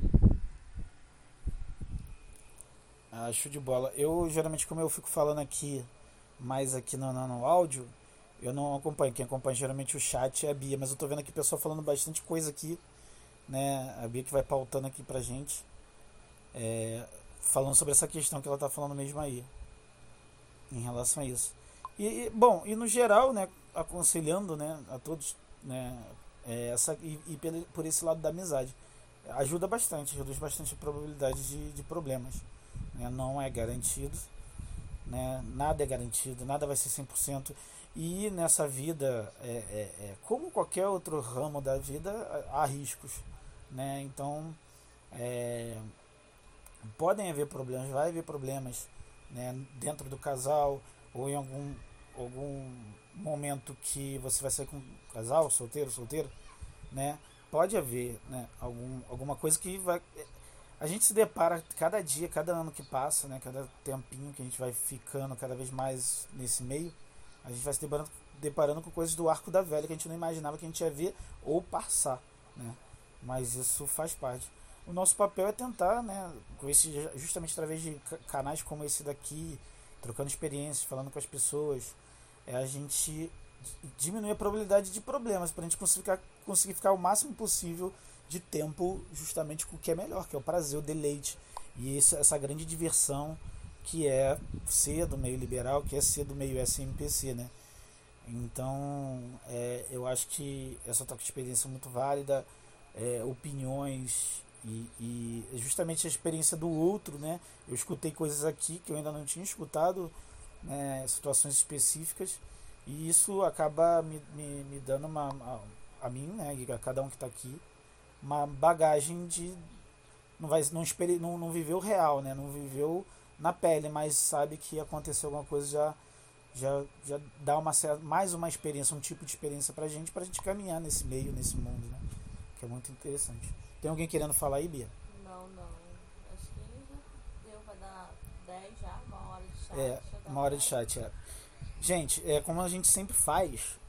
Show de bola. Eu geralmente, como eu fico falando aqui, mais aqui no áudio, eu não acompanho. Quem acompanha geralmente o chat é a Bia, mas eu tô vendo aqui o pessoal falando bastante coisa aqui, né? A Bia que vai pautando aqui pra gente, falando sobre essa questão que ela tá falando mesmo aí, em relação a isso. Bom, e no geral, né, aconselhando, né, a todos, né, por esse lado da amizade, ajuda bastante, reduz bastante a probabilidade de problemas. Não é garantido, né? Nada é garantido, nada vai ser 100%, e nessa vida, como qualquer outro ramo da vida, há riscos, né? Então, podem haver problemas, vai haver problemas, né, dentro do casal, ou em algum momento que você vai sair com um casal, solteiro, né? Pode haver, né, alguma coisa que vai... A gente se depara cada dia, cada ano que passa, né, cada tempinho que a gente vai ficando cada vez mais nesse meio, a gente vai se deparando com coisas do arco da velha que a gente não imaginava que a gente ia ver ou passar, né? Mas isso faz parte. O nosso papel é tentar, né, justamente através de canais como esse daqui, trocando experiências, falando com as pessoas, a gente diminuir a probabilidade de problemas, para a gente conseguir ficar o máximo possível de tempo justamente com o que é melhor, que é o prazer, o deleite e essa grande diversão que é ser do meio liberal, que é ser do meio SMPC, né? Então, eu acho que essa troca de experiência é muito válida, opiniões e justamente a experiência do outro, né? Eu escutei coisas aqui que eu ainda não tinha escutado, né? Situações específicas, e isso acaba me dando a mim, né? E a cada um que está aqui, uma bagagem de não viveu o real, né? Não viveu na pele, mas sabe que aconteceu alguma coisa, já dá mais uma experiência, um tipo de experiência pra gente caminhar nesse meio, nesse mundo, né? Que é muito interessante. Tem alguém querendo falar aí, Bia? Não. Acho que já deu, vai dar 10 já, 1 hora de chat. 1 hora de chat, Gente, como a gente sempre faz,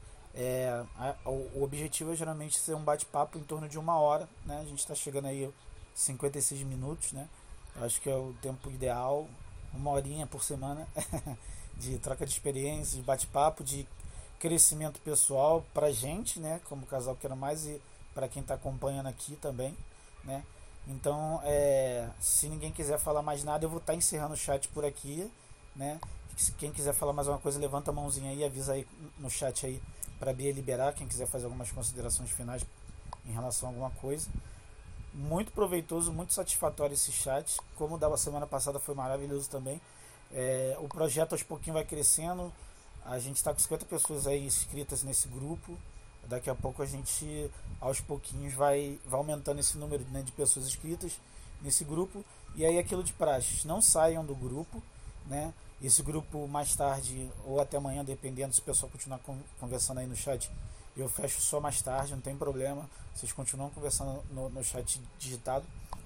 o objetivo é geralmente ser um bate-papo em torno de 1 hora, né? A gente está chegando aí a 56 minutos, né? Eu acho que é o tempo ideal, 1 horinha por semana de troca de experiências, de bate-papo, de crescimento pessoal pra gente, né? Como casal Quero Mais, e para quem está acompanhando aqui também, né? Então, se ninguém quiser falar mais nada, eu vou estar encerrando o chat por aqui, né? Quem quiser falar mais uma coisa, levanta a mãozinha aí, avisa aí no chat aí para Bia liberar, quem quiser fazer algumas considerações finais em relação a alguma coisa. Muito proveitoso, muito satisfatório esse chat, como o da semana passada foi maravilhoso também. O projeto aos pouquinhos vai crescendo, a gente está com 50 pessoas aí inscritas nesse grupo, daqui a pouco a gente aos pouquinhos vai aumentando esse número, né, de pessoas inscritas nesse grupo, e aí aquilo de praxe, não saiam do grupo, né? Esse grupo mais tarde ou até amanhã, dependendo se o pessoal continuar conversando aí no chat, eu fecho só mais tarde, não tem problema, vocês continuam conversando no chat digitado,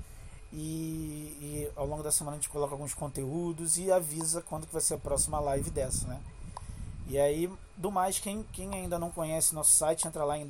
e ao longo da semana a gente coloca alguns conteúdos e avisa quando que vai ser a próxima live dessa, né? E aí, do mais, quem ainda não conhece nosso site, entra lá em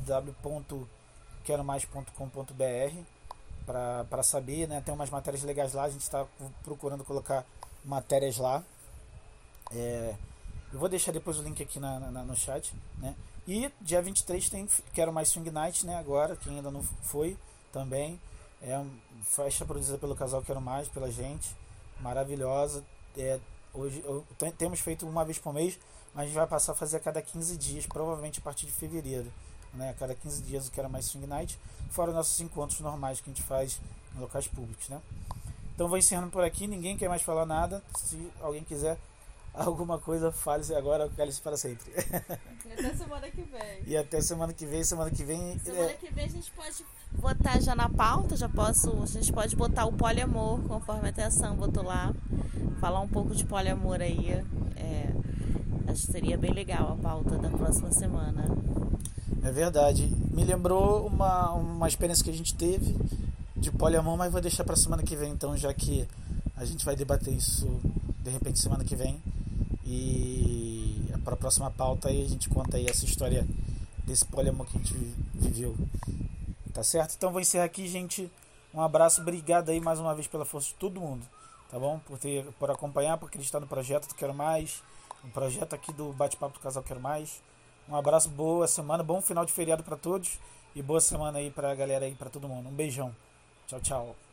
www.queromais.com.br para saber, né? Tem umas matérias legais lá, a gente está procurando colocar matérias lá. Eu vou deixar depois o link aqui no chat, né? E dia 23 tem Quero Mais Swing Night, né? Agora, quem ainda não foi também, uma festa produzida pelo casal Quero Mais, pela gente, maravilhosa. Hoje temos feito uma vez por mês, mas a gente vai passar a fazer a cada 15 dias, provavelmente a partir de fevereiro, né? A cada 15 dias o Quero Mais Swing Night, fora nossos encontros normais que a gente faz em locais públicos, né? Então vou encerrando por aqui, ninguém quer mais falar nada. Se alguém quiser alguma coisa, fale-se agora, cale-se para sempre. E até semana que vem. E até semana que vem. Semana que vem a gente pode botar já na pauta, a gente pode botar o poliamor, conforme a atenção botou lá. Falar um pouco de poliamor aí. Acho que seria bem legal a pauta da próxima semana. É verdade. Me lembrou uma experiência que a gente teve de poliamor, mas vou deixar para semana que vem, então, já que a gente vai debater isso de repente semana que vem, e para a próxima pauta aí a gente conta aí essa história desse poliamor que a gente viveu, tá certo? Então vou encerrar aqui, gente. Um abraço, obrigado aí mais uma vez pela força de todo mundo, tá bom? Por acompanhar, por acreditar no projeto do Quero Mais, um projeto aqui do Bate-Papo do Casal Quero Mais. Um abraço, boa semana, bom final de feriado para todos e boa semana aí pra galera aí, pra todo mundo. Um beijão. Tchau, tchau.